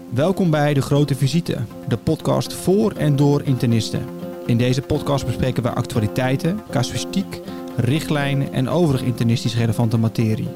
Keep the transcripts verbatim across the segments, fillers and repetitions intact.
Welkom bij De Grote Visite, de podcast voor en door internisten. In deze podcast bespreken we actualiteiten, casuïstiek, richtlijnen en overig internistisch relevante materie.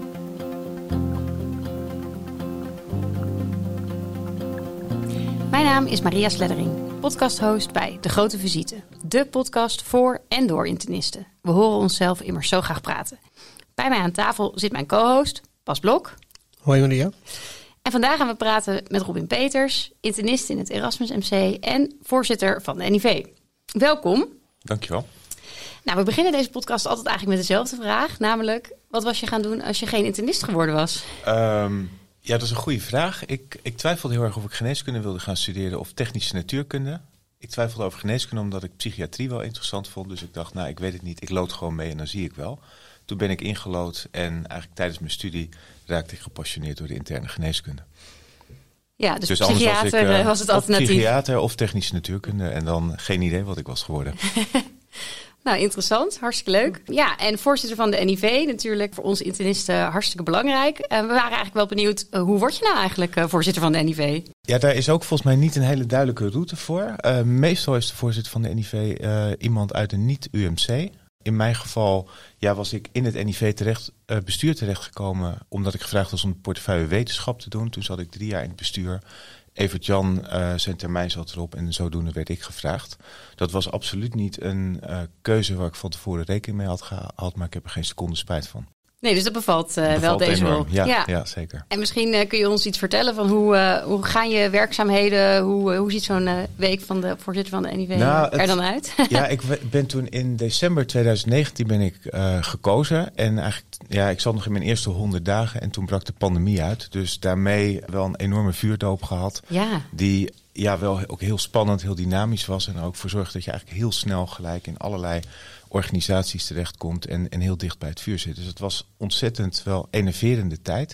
Mijn naam is Maria Sleddering, podcasthost bij De Grote Visite. De podcast voor en door internisten. We horen onszelf immers zo graag praten. Bij mij aan tafel zit mijn co-host, Bas Blok. Hoi Maria. En vandaag gaan we praten met Robin Peters, internist in het Erasmus M C en voorzitter van de N I V. Welkom. Dankjewel. Nou, we beginnen deze podcast altijd eigenlijk met dezelfde vraag. Namelijk, wat was je gaan doen als je geen internist geworden was? Um, ja, dat is een goede vraag. Ik, ik twijfelde heel erg of ik geneeskunde wilde gaan studeren of technische natuurkunde. Ik twijfelde over geneeskunde omdat ik psychiatrie wel interessant vond. Dus ik dacht, nou, ik weet het niet. Ik lood gewoon mee en dan zie ik wel. Toen ben ik ingelood en eigenlijk tijdens mijn studie raakte ik gepassioneerd door de interne geneeskunde. Ja, dus, dus psychiater was, ik, uh, was het alternatief. Of psychiater of technische natuurkunde en dan geen idee wat ik was geworden. Nou, interessant. Hartstikke leuk. Ja, en voorzitter van de N I V, natuurlijk voor ons internisten hartstikke belangrijk. Uh, we waren eigenlijk wel benieuwd, uh, hoe word je nou eigenlijk uh, voorzitter van de N I V? Ja, daar is ook volgens mij niet een hele duidelijke route voor. Uh, meestal is de voorzitter van de N I V uh, iemand uit een niet-U M C. In mijn geval ja, was ik in het N I V terecht, uh, bestuur terechtgekomen omdat ik gevraagd was om de portefeuille wetenschap te doen. Toen zat ik drie jaar in het bestuur. Evert Jan, uh, zijn termijn zat erop en zodoende werd ik gevraagd. Dat was absoluut niet een uh, keuze waar ik van tevoren rekening mee had gehad, maar ik heb er geen seconde spijt van. Nee, dus dat bevalt, uh, bevalt wel deze enorm. rol. Ja, ja. ja, zeker. En misschien uh, kun je ons iets vertellen van hoe, uh, hoe gaan je werkzaamheden, hoe, uh, hoe ziet zo'n uh, week van de voorzitter van de N I V nou, er het, dan uit? Ja, ik ben toen in december twintig negentien ben ik uh, gekozen en eigenlijk, ja, ik zat nog in mijn eerste honderd dagen en toen brak de pandemie uit. Dus daarmee wel een enorme vuurdoop gehad, ja. die ja, wel ook heel spannend, heel dynamisch was en er ook voor zorgde dat je eigenlijk heel snel gelijk in allerlei organisaties terechtkomt en, en heel dicht bij het vuur zit. Dus het was ontzettend wel enerverende tijd.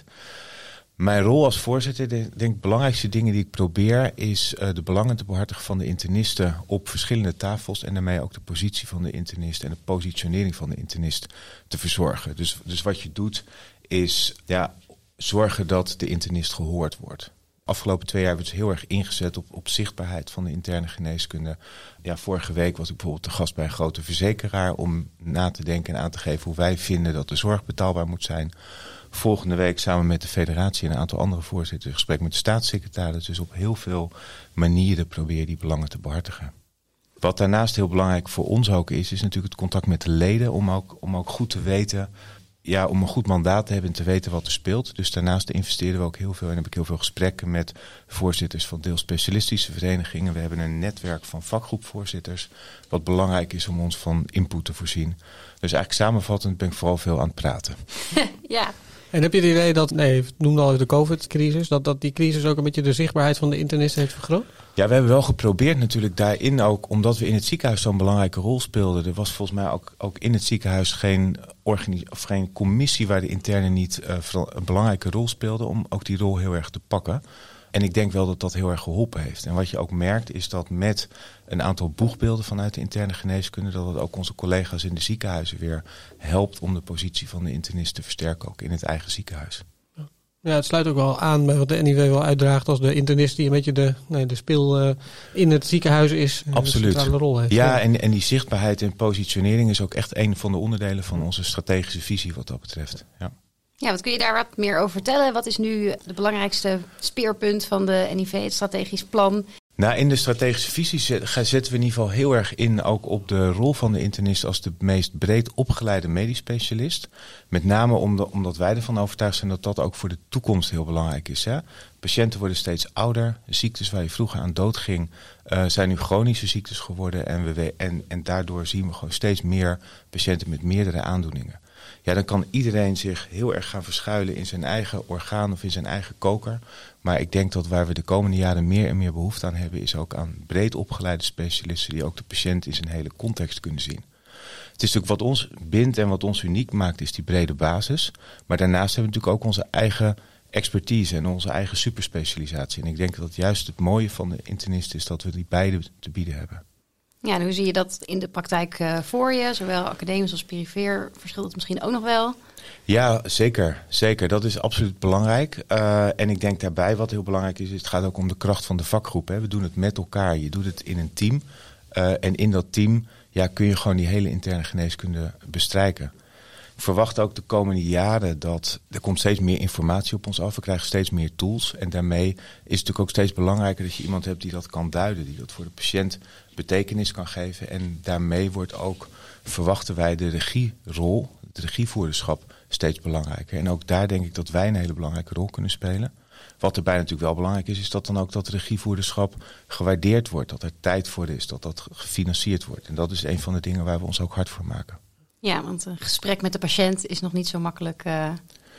Mijn rol als voorzitter, denk ik, de belangrijkste dingen die ik probeer is uh, de belangen te behartigen van de internisten op verschillende tafels en daarmee ook de positie van de internist en de positionering van de internist te verzorgen. Dus, dus wat je doet is ja, zorgen dat de internist gehoord wordt. Afgelopen twee jaar hebben we het heel erg ingezet op, op zichtbaarheid van de interne geneeskunde. Ja, vorige week was ik bijvoorbeeld te gast bij een grote verzekeraar om na te denken en aan te geven hoe wij vinden dat de zorg betaalbaar moet zijn. Volgende week samen met de federatie en een aantal andere voorzitters in gesprek met de staatssecretaris. Dus op heel veel manieren probeer je die belangen te behartigen. Wat daarnaast heel belangrijk voor ons ook is, is natuurlijk het contact met de leden om ook, om ook goed te weten, ja, om een goed mandaat te hebben en te weten wat er speelt. Dus daarnaast investeren we ook heel veel en heb ik heel veel gesprekken met voorzitters van deels specialistische verenigingen. We hebben een netwerk van vakgroepvoorzitters, wat belangrijk is om ons van input te voorzien. Dus eigenlijk samenvattend ben ik vooral veel aan het praten. Ja. En heb je het idee dat, nee, ik noemde al de COVID-crisis, dat, dat die crisis ook een beetje de zichtbaarheid van de internisten heeft vergroot? Ja, we hebben wel geprobeerd natuurlijk daarin ook, omdat we in het ziekenhuis zo'n belangrijke rol speelden. Er was volgens mij ook, ook in het ziekenhuis geen, organi- of geen commissie waar de interne niet uh, een belangrijke rol speelde om ook die rol heel erg te pakken. En ik denk wel dat dat heel erg geholpen heeft. En wat je ook merkt is dat met een aantal boegbeelden vanuit de interne geneeskunde, dat het ook onze collega's in de ziekenhuizen weer helpt om de positie van de internist te versterken, ook in het eigen ziekenhuis. Ja, het sluit ook wel aan bij wat de N I V wel uitdraagt als de internist die een beetje de, nee, de spil uh, in het ziekenhuis is. Absoluut. Een centrale rol heeft. Ja, ja. En, en die zichtbaarheid en positionering is ook echt een van de onderdelen van onze strategische visie wat dat betreft. Ja. Ja, wat kun je daar wat meer over vertellen? Wat is nu de belangrijkste speerpunt van de N I V, het strategisch plan? Nou, in de strategische visie zetten we in ieder geval heel erg in ook op de rol van de internist als de meest breed opgeleide medisch specialist. Met name omdat wij ervan overtuigd zijn dat dat ook voor de toekomst heel belangrijk is. Hè? Patiënten worden steeds ouder. Ziektes waar je vroeger aan dood ging uh, zijn nu chronische ziektes geworden. En, we, en, en daardoor zien we gewoon steeds meer patiënten met meerdere aandoeningen. Ja, dan kan iedereen zich heel erg gaan verschuilen in zijn eigen orgaan of in zijn eigen koker. Maar ik denk dat waar we de komende jaren meer en meer behoefte aan hebben, is ook aan breed opgeleide specialisten die ook de patiënt in zijn hele context kunnen zien. Het is natuurlijk wat ons bindt en wat ons uniek maakt, is die brede basis. Maar daarnaast hebben we natuurlijk ook onze eigen expertise en onze eigen superspecialisatie. En ik denk dat juist het mooie van de internist is dat we die beide te bieden hebben. Ja, en hoe zie je dat in de praktijk uh, voor je? Zowel academisch als perifeer verschilt het misschien ook nog wel? Ja, zeker. Zeker. Dat is absoluut belangrijk. Uh, en ik denk daarbij wat heel belangrijk is, is, het gaat ook om de kracht van de vakgroep. Hè. We doen het met elkaar. Je doet het in een team. Uh, en in dat team ja, kun je gewoon die hele interne geneeskunde bestrijken. Ik verwacht ook de komende jaren dat er komt steeds meer informatie op ons af. We krijgen steeds meer tools. En daarmee is het natuurlijk ook steeds belangrijker dat je iemand hebt die dat kan duiden. Die dat voor de patiënt betekenis kan geven. En daarmee wordt ook, verwachten wij, de regierol, het regievoerderschap steeds belangrijker. En ook daar denk ik dat wij een hele belangrijke rol kunnen spelen. Wat erbij natuurlijk wel belangrijk is, is dat dan ook dat regievoerderschap gewaardeerd wordt. Dat er tijd voor is, dat dat gefinancierd wordt. En dat is een van de dingen waar we ons ook hard voor maken. Ja, want een gesprek met de patiënt is nog niet zo makkelijk uh,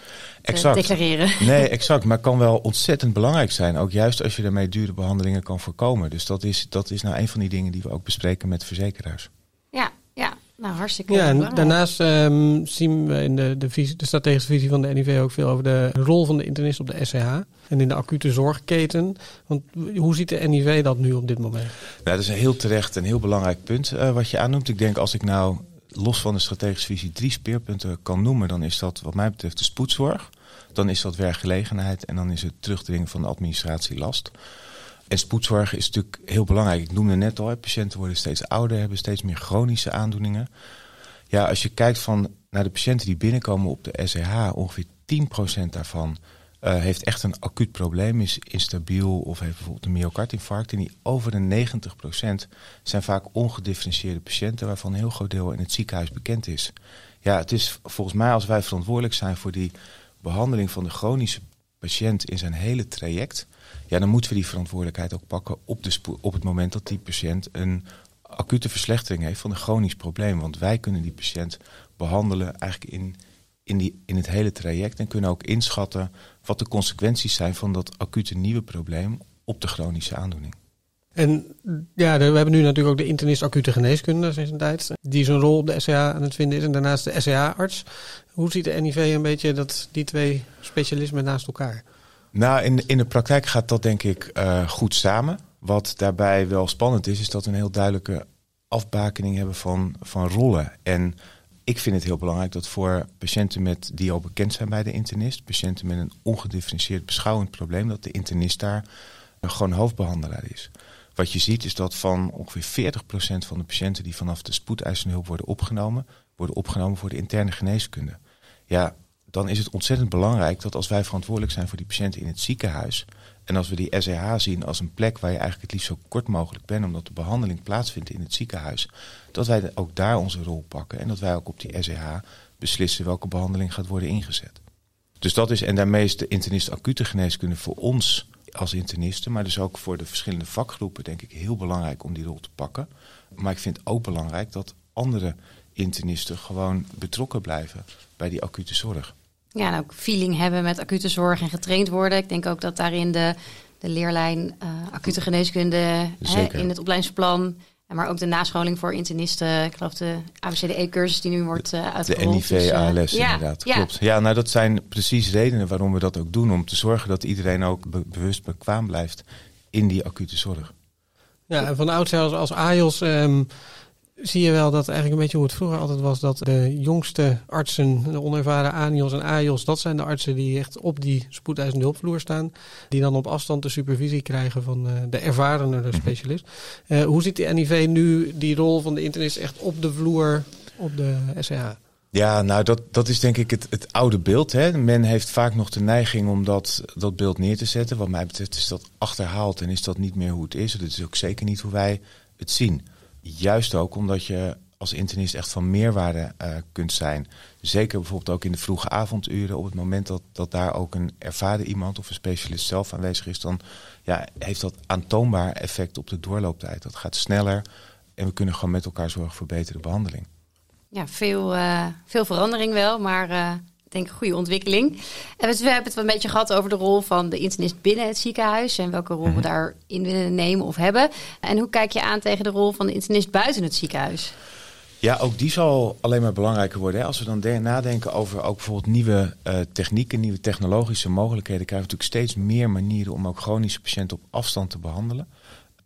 te exact. declareren. Nee, exact. Maar kan wel ontzettend belangrijk zijn. Ook juist als je daarmee dure behandelingen kan voorkomen. Dus dat is, dat is nou een van die dingen die we ook bespreken met verzekeraars. Ja, ja. Nou, hartstikke ja, en belangrijk. daarnaast um, zien we in de, de, visie, de strategische visie van de N I V ook veel over de rol van de internist op de S C H. En in de acute zorgketen. Want hoe ziet de N I V dat nu op dit moment? Nou, dat is een heel terecht en heel belangrijk punt uh, wat je aannoemt. Ik denk als ik nou los van de strategische visie drie speerpunten kan noemen, dan is dat wat mij betreft de spoedzorg. Dan is dat werkgelegenheid en dan is het terugdringen van de administratielast. En spoedzorg is natuurlijk heel belangrijk. Ik noemde net al, patiënten worden steeds ouder, hebben steeds meer chronische aandoeningen. Ja, als je kijkt van naar de patiënten die binnenkomen op de S C H, ongeveer tien procent daarvan uh, heeft echt een acuut probleem, is instabiel of heeft bijvoorbeeld een myocardinfarct. En die over de negentig procent zijn vaak ongedifferentieerde patiënten, waarvan een heel groot deel in het ziekenhuis bekend is. Ja, het is volgens mij, als wij verantwoordelijk zijn voor die behandeling van de chronische patiënt in zijn hele traject, ja, dan moeten we die verantwoordelijkheid ook pakken op, de spo- op het moment dat die patiënt een acute verslechtering heeft van een chronisch probleem. Want wij kunnen die patiënt behandelen eigenlijk in, in, die, in het hele traject en kunnen ook inschatten wat de consequenties zijn van dat acute nieuwe probleem op de chronische aandoening. En ja, de, we hebben nu natuurlijk ook de internist acute geneeskunde sinds een tijd, die zijn rol op de S C H aan het vinden is. En daarnaast de S C H-arts. Hoe ziet de N I V een beetje dat die twee specialismen naast elkaar? Nou, in, in de praktijk gaat dat denk ik uh, goed samen. Wat daarbij wel spannend is, is dat we een heel duidelijke afbakening hebben van, van rollen. En ik vind het heel belangrijk dat voor patiënten met, die al bekend zijn bij de internist, patiënten met een ongedifferentieerd beschouwend probleem, dat de internist daar uh, gewoon hoofdbehandelaar is. Wat je ziet is dat van ongeveer veertig procent van de patiënten die vanaf de spoedeisende hulp worden opgenomen, worden opgenomen voor de interne geneeskunde. Ja, dan is het ontzettend belangrijk dat als wij verantwoordelijk zijn voor die patiënten in het ziekenhuis en als we die S C H zien als een plek waar je eigenlijk het liefst zo kort mogelijk bent, omdat de behandeling plaatsvindt in het ziekenhuis, dat wij ook daar onze rol pakken en dat wij ook op die S C H beslissen welke behandeling gaat worden ingezet. Dus dat is, en daarmee is de internist acute geneeskunde voor ons als internisten, maar dus ook voor de verschillende vakgroepen denk ik heel belangrijk om die rol te pakken. Maar ik vind het ook belangrijk dat andere internisten gewoon betrokken blijven bij die acute zorg. Ja, en ook feeling hebben met acute zorg en getraind worden. Ik denk ook dat daarin de, de leerlijn uh, acute geneeskunde hè, in het opleidingsplan, maar ook de nascholing voor internisten. Ik geloof de A B C D E-cursus die nu wordt uh, uitgerold. De N I V, dus, uh, A L S ja, inderdaad, ja. klopt. Ja, nou dat zijn precies redenen waarom we dat ook doen. Om te zorgen dat iedereen ook be- bewust bekwaam blijft in die acute zorg. Ja, en van oudsher als, als A J O S um, zie je wel dat eigenlijk een beetje hoe het vroeger altijd was, dat de jongste artsen, de onervaren A N I O S en A J O S, dat zijn de artsen die echt op die spoedeisende hulpvloer staan, die dan op afstand de supervisie krijgen van uh, de ervarende specialist. Uh, hoe ziet de N I V nu die rol van de internist echt op de vloer, op de S C H? Ja, nou dat, dat is denk ik het, het oude beeld. Hè. Men heeft vaak nog de neiging om dat, dat beeld neer te zetten. Wat mij betreft is dat achterhaald en is dat niet meer hoe het is. Dat is ook zeker niet hoe wij het zien. Juist ook omdat je als internist echt van meerwaarde uh, kunt zijn. Zeker bijvoorbeeld ook in de vroege avonduren. Op het moment dat, dat daar ook een ervaren iemand of een specialist zelf aanwezig is, dan ja, heeft dat aantoonbaar effect op de doorlooptijd. Dat gaat sneller en we kunnen gewoon met elkaar zorgen voor betere behandeling. Ja, veel, uh, veel verandering wel, maar uh, ik denk een goede ontwikkeling. En we hebben het wel een beetje gehad over de rol van de internist binnen het ziekenhuis en welke rol mm-hmm. we daarin willen nemen of hebben. En hoe kijk je aan tegen de rol van de internist buiten het ziekenhuis? Ja, ook die zal alleen maar belangrijker worden. Hè. Als we dan de- nadenken over ook bijvoorbeeld nieuwe uh, technieken, nieuwe technologische mogelijkheden, krijgen we natuurlijk steeds meer manieren om ook chronische patiënten op afstand te behandelen.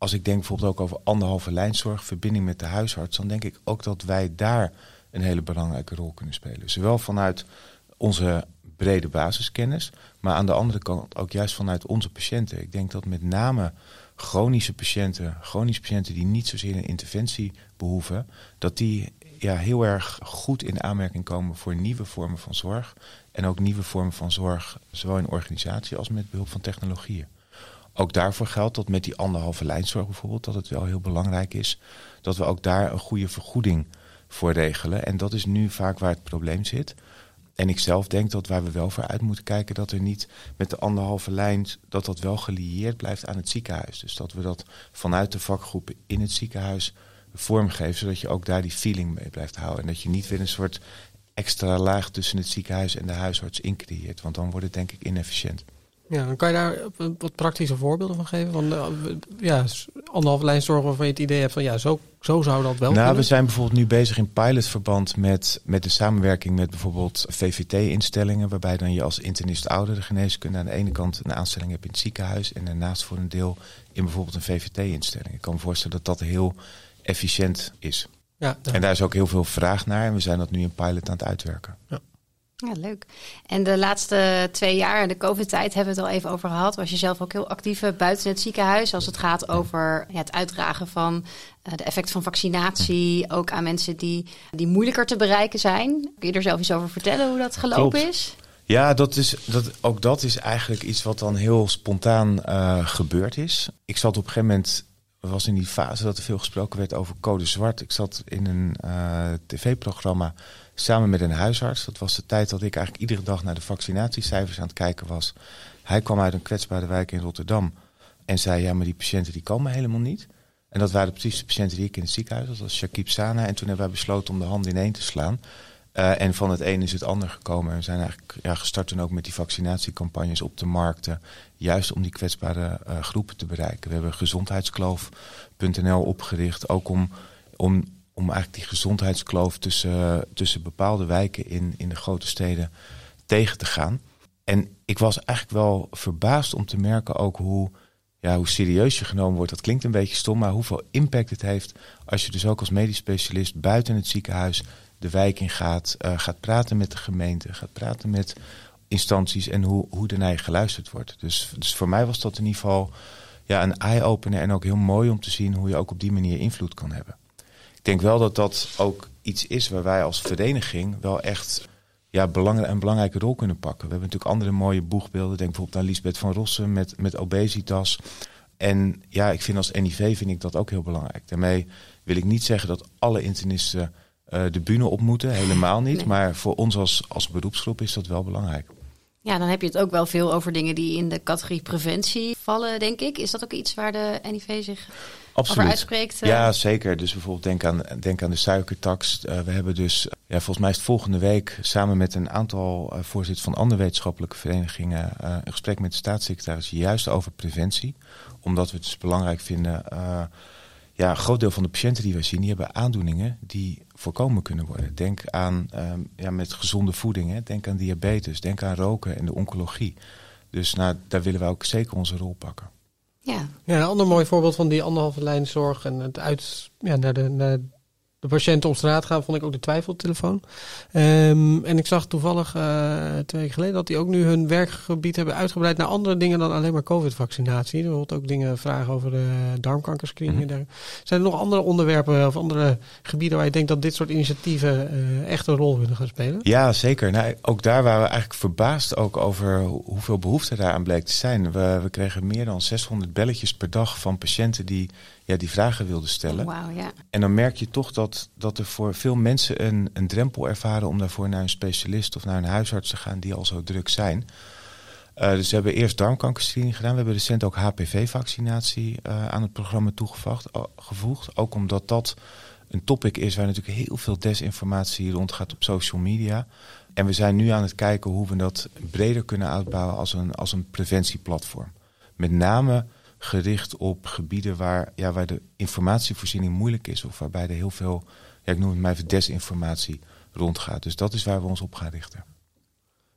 als ik denk bijvoorbeeld ook over anderhalve lijnzorg, verbinding met de huisarts, dan denk ik ook dat wij daar een hele belangrijke rol kunnen spelen. Zowel vanuit onze brede basiskennis, maar aan de andere kant ook juist vanuit onze patiënten. Ik denk dat met name chronische patiënten, chronische patiënten die niet zozeer een interventie behoeven, dat die ja, heel erg goed in aanmerking komen voor nieuwe vormen van zorg. En ook nieuwe vormen van zorg, zowel in organisatie als met behulp van technologieën. Ook daarvoor geldt dat met die anderhalve lijnzorg bijvoorbeeld, dat het wel heel belangrijk is dat we ook daar een goede vergoeding voor regelen. En dat is nu vaak waar het probleem zit. En ik zelf denk dat waar we wel voor uit moeten kijken, dat er niet met de anderhalve lijn, dat dat wel gelieerd blijft aan het ziekenhuis. Dus dat we dat vanuit de vakgroepen in het ziekenhuis vormgeven, zodat je ook daar die feeling mee blijft houden. En dat je niet weer een soort extra laag tussen het ziekenhuis en de huisarts increëert. Want dan wordt het denk ik inefficiënt. Ja, dan kan je daar wat praktische voorbeelden van geven? Van de, ja, anderhalve lijnzorg waarvan je het idee hebt van ja, zo, zo zou dat wel Nou, kunnen. we zijn bijvoorbeeld nu bezig in pilotverband met, met de samenwerking met bijvoorbeeld V V T-instellingen, waarbij dan je als internist oudere geneeskunde aan de ene kant een aanstelling hebt in het ziekenhuis en daarnaast voor een deel in bijvoorbeeld een V V T-instelling. Ik kan me voorstellen dat dat heel efficiënt is. Ja, ja. En daar is ook heel veel vraag naar en we zijn dat nu in pilot aan het uitwerken. Ja. Ja, leuk. En de laatste twee jaar, de COVID-tijd, hebben we het al even over gehad. Was je zelf ook heel actief buiten het ziekenhuis als het gaat over ja, het uitdragen van uh, de effect van vaccinatie. Ook aan mensen die, die moeilijker te bereiken zijn. Kun je er zelf iets over vertellen hoe dat gelopen Klopt. is? Ja, dat is, dat, ook dat is eigenlijk iets wat dan heel spontaan uh, gebeurd is. Ik zat op een gegeven moment, was in die fase dat er veel gesproken werd over code zwart. Ik zat in een uh, tv-programma samen met een huisarts. Dat was de tijd dat ik eigenlijk iedere dag naar de vaccinatiecijfers aan het kijken was. Hij kwam uit een kwetsbare wijk in Rotterdam en zei, ja, maar die patiënten die komen helemaal niet. En dat waren precies de patiënten die ik in het ziekenhuis had. Dat was Shakib Sana. En toen hebben wij besloten om de handen ineen te slaan. Uh, en van het een is het ander gekomen. En we zijn eigenlijk ja, gestart toen ook met die vaccinatiecampagnes op de markten. Juist om die kwetsbare uh, groepen te bereiken. We hebben gezondheidskloof punt n l opgericht. Ook om, om, om eigenlijk die gezondheidskloof tussen, tussen bepaalde wijken in, in de grote steden tegen te gaan. En ik was eigenlijk wel verbaasd om te merken ook hoe, ja, hoe serieus je genomen wordt. Dat klinkt een beetje stom, maar hoeveel impact het heeft als je dus ook als medisch specialist buiten het ziekenhuis de wijk in gaat, uh, gaat praten met de gemeente, gaat praten met instanties en hoe, hoe er naar je geluisterd wordt. Dus, dus voor mij was dat in ieder geval ja, een eye-opener en ook heel mooi om te zien hoe je ook op die manier invloed kan hebben. Ik denk wel dat dat ook iets is waar wij als vereniging wel echt ja, belang, een belangrijke rol kunnen pakken. We hebben natuurlijk andere mooie boegbeelden. Denk bijvoorbeeld aan Liesbeth van Rossum met, met obesitas. En ja, ik vind als N I V vind ik dat ook heel belangrijk. Daarmee wil ik niet zeggen dat alle internisten uh, de bühne op moeten. Helemaal niet. Nee. Maar voor ons als, als beroepsgroep is dat wel belangrijk. Ja, dan heb je het ook wel veel over dingen die in de categorie preventie vallen, denk ik. Is dat ook iets waar de N I V zich Absoluut. over uitspreekt? Ja, zeker. Dus bijvoorbeeld denk aan, denk aan de suikertax. Uh, we hebben dus, ja, volgens mij is het volgende week samen met een aantal uh, voorzitters van andere wetenschappelijke verenigingen uh, een gesprek met de staatssecretaris juist over preventie. Omdat we het dus belangrijk vinden. Uh, ja, een groot deel van de patiënten die wij zien, die hebben aandoeningen die voorkomen kunnen worden. Denk aan um, ja, met gezonde voeding, hè. Denk aan diabetes, denk aan roken en de oncologie. Dus nou, daar willen wij ook zeker onze rol pakken. Ja. Ja, een ander mooi voorbeeld van die anderhalve lijn zorg en het uit ja, naar de, naar de patiënten op straat gaan, vond ik ook de twijfeltelefoon. Um, en ik zag toevallig uh, twee weken geleden dat die ook nu hun werkgebied hebben uitgebreid naar andere dingen dan alleen maar COVID-vaccinatie. Er wordt ook dingen vragen over de darmkankerscreening. Mm-hmm. Zijn er nog andere onderwerpen of andere gebieden waar je denkt dat dit soort initiatieven uh, echt een rol willen gaan spelen? Ja, zeker. Nou, ook daar waren we eigenlijk verbaasd ook over hoeveel behoefte daaraan bleek te zijn. We, we kregen meer dan zeshonderd belletjes per dag van patiënten die ja, die vragen wilden stellen. Oh, wow, ja. En dan merk je toch dat, dat er voor veel mensen een, een drempel ervaren om daarvoor naar een specialist of naar een huisarts te gaan die al zo druk zijn. Uh, dus we hebben eerst darmkankerscreening gedaan. We hebben recent ook H P V-vaccinatie uh, aan het programma toegevoegd. Uh, gevoegd, ook omdat dat een topic is waar natuurlijk heel veel desinformatie rondgaat op social media. En we zijn nu aan het kijken hoe we dat breder kunnen uitbouwen als een, als een preventieplatform. Met name gericht op gebieden waar, ja, waar de informatievoorziening moeilijk is. Of waarbij er heel veel, ja, ik noem het maar even desinformatie rondgaat. Dus dat is waar we ons op gaan richten.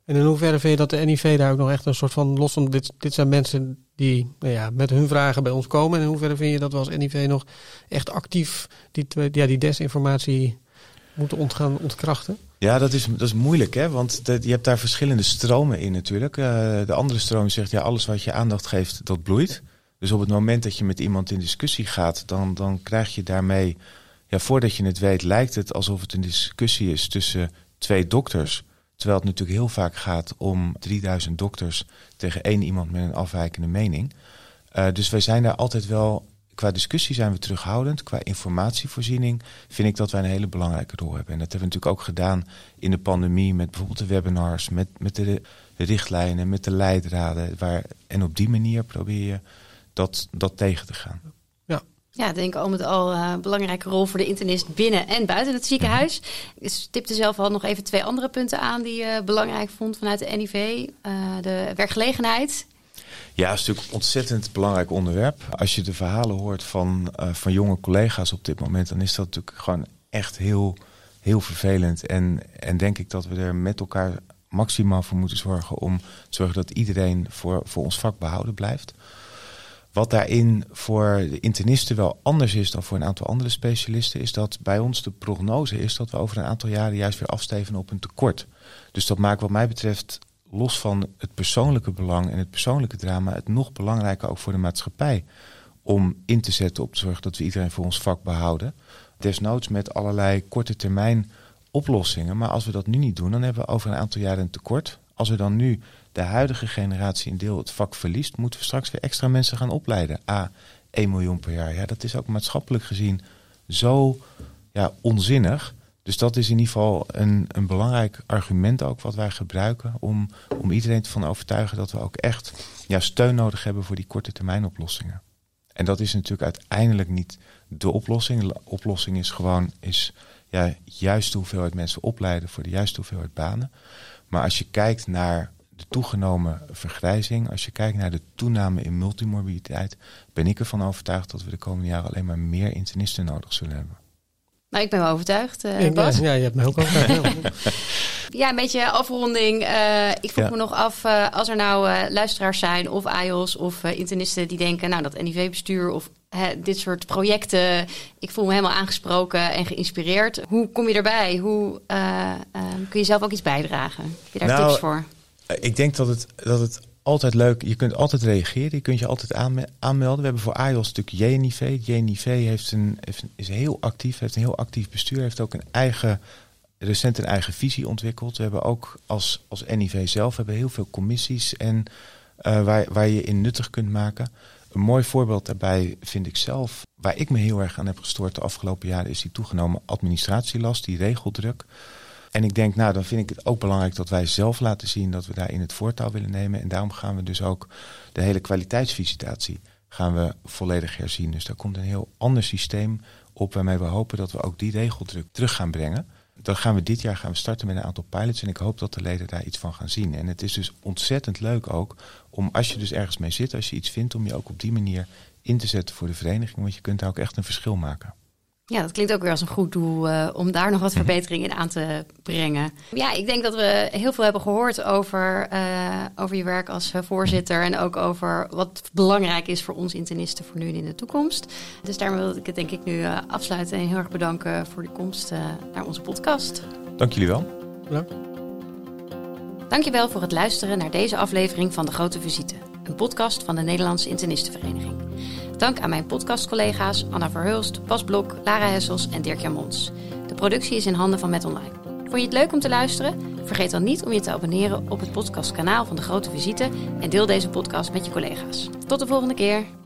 En in hoeverre vind je dat de N I V daar ook nog echt een soort van los van... Dit, dit zijn mensen die nou ja, met hun vragen bij ons komen. En in hoeverre vind je dat we als N I V nog echt actief die, ja, die desinformatie moeten ont gaan ontkrachten? Ja, dat is, dat is moeilijk, hè? Want de, je hebt daar verschillende stromen in natuurlijk. Uh, de andere stroom zegt, ja, alles wat je aandacht geeft, dat bloeit. Dus op het moment dat je met iemand in discussie gaat, dan, dan krijg je daarmee... Ja, voordat je het weet, lijkt het alsof het een discussie is tussen twee dokters. Terwijl het natuurlijk heel vaak gaat om drieduizend dokters tegen één iemand met een afwijkende mening. Uh, dus wij zijn daar altijd wel... Qua discussie zijn we terughoudend. Qua informatievoorziening vind ik dat wij een hele belangrijke rol hebben. En dat hebben we natuurlijk ook gedaan in de pandemie met bijvoorbeeld de webinars, met, met de richtlijnen, met de leidraden. Waar, en op die manier probeer je dat, dat tegen te gaan. Ja. Ja, ik denk al met al een uh, belangrijke rol voor de internist binnen en buiten het ziekenhuis. Ik stipte zelf al nog even twee andere punten aan die je uh, belangrijk vond vanuit de N I V. Uh, de werkgelegenheid. Ja, dat is natuurlijk een ontzettend belangrijk onderwerp. Als je de verhalen hoort van, uh, van jonge collega's op dit moment, dan is dat natuurlijk gewoon echt heel, heel vervelend. En, en denk ik dat we er met elkaar maximaal voor moeten zorgen om te zorgen dat iedereen voor, voor ons vak behouden blijft. Wat daarin voor de internisten wel anders is dan voor een aantal andere specialisten, is dat bij ons de prognose is dat we over een aantal jaren juist weer afstevenen op een tekort. Dus dat maakt wat mij betreft, los van het persoonlijke belang en het persoonlijke drama, het nog belangrijker ook voor de maatschappij om in te zetten op te zorgen dat we iedereen voor ons vak behouden. Desnoods met allerlei korte termijn oplossingen. Maar als we dat nu niet doen, dan hebben we over een aantal jaren een tekort. Als we dan nu de huidige generatie een deel het vak verliest, moeten we straks weer extra mensen gaan opleiden. A, één miljoen per jaar. Ja, dat is ook maatschappelijk gezien zo ja, onzinnig. Dus dat is in ieder geval een, een belangrijk argument ook wat wij gebruiken om, om iedereen ervan overtuigen dat we ook echt ja, steun nodig hebben voor die korte termijn oplossingen. En dat is natuurlijk uiteindelijk niet de oplossing. De oplossing is gewoon is, ja, juist de hoeveelheid mensen opleiden voor de juiste hoeveelheid banen. Maar als je kijkt naar de toegenomen vergrijzing, als je kijkt naar de toename in multimorbiditeit, ben ik ervan overtuigd dat we de komende jaren alleen maar meer internisten nodig zullen hebben. Nou, ik ben wel overtuigd, uh, ja, Bas. Ja, je hebt mij ook overtuigd. Ja, een beetje afronding. Uh, ik vroeg ja. me nog af, uh, als er nou uh, luisteraars zijn of A I O S of uh, internisten die denken, nou, dat N I V-bestuur of uh, dit soort projecten, ik voel me helemaal aangesproken en geïnspireerd. Hoe kom je erbij? Hoe uh, uh, kun je zelf ook iets bijdragen? Heb je daar nou, tips voor? Ik denk dat het, dat het altijd leuk, je kunt altijd reageren, je kunt je altijd aanme- aanmelden. We hebben voor A I O S natuurlijk J N I V. J N I V heeft een, heeft een, is heel actief, heeft een heel actief bestuur, heeft ook een eigen, recent een eigen visie ontwikkeld. We hebben ook als, als N I V zelf hebben heel veel commissies en uh, waar, waar je in nuttig kunt maken. Een mooi voorbeeld daarbij vind ik zelf, waar ik me heel erg aan heb gestoord de afgelopen jaren, is die toegenomen administratielast, die regeldruk. En ik denk, nou, dan vind ik het ook belangrijk dat wij zelf laten zien dat we daarin het voortouw willen nemen. En daarom gaan we dus ook de hele kwaliteitsvisitatie gaan we volledig herzien. Dus daar komt een heel ander systeem op waarmee we hopen dat we ook die regeldruk terug gaan brengen. Dan gaan we dit jaar gaan we starten met een aantal pilots en ik hoop dat de leden daar iets van gaan zien. En het is dus ontzettend leuk ook om, als je dus ergens mee zit, als je iets vindt, om je ook op die manier in te zetten voor de vereniging. Want je kunt daar ook echt een verschil maken. Ja, dat klinkt ook weer als een goed doel uh, om daar nog wat verbetering in aan te brengen. Ja, ik denk dat we heel veel hebben gehoord over, uh, over je werk als uh, voorzitter en ook over wat belangrijk is voor ons internisten voor nu en in de toekomst. Dus daarmee wil ik het denk ik nu uh, afsluiten en heel erg bedanken voor de komst uh, naar onze podcast. Dank jullie wel. Bedankt. Dankjewel voor het luisteren naar deze aflevering van De Grote Visite, een podcast van de Nederlandse Internistenvereniging. Dank aan mijn podcastcollega's Anna Verhulst, Bas Blok, Lara Hessels en Dirk-Jan Mons. De productie is in handen van Met Online. Vond je het leuk om te luisteren? Vergeet dan niet om je te abonneren op het podcastkanaal van De Grote Visite en deel deze podcast met je collega's. Tot de volgende keer!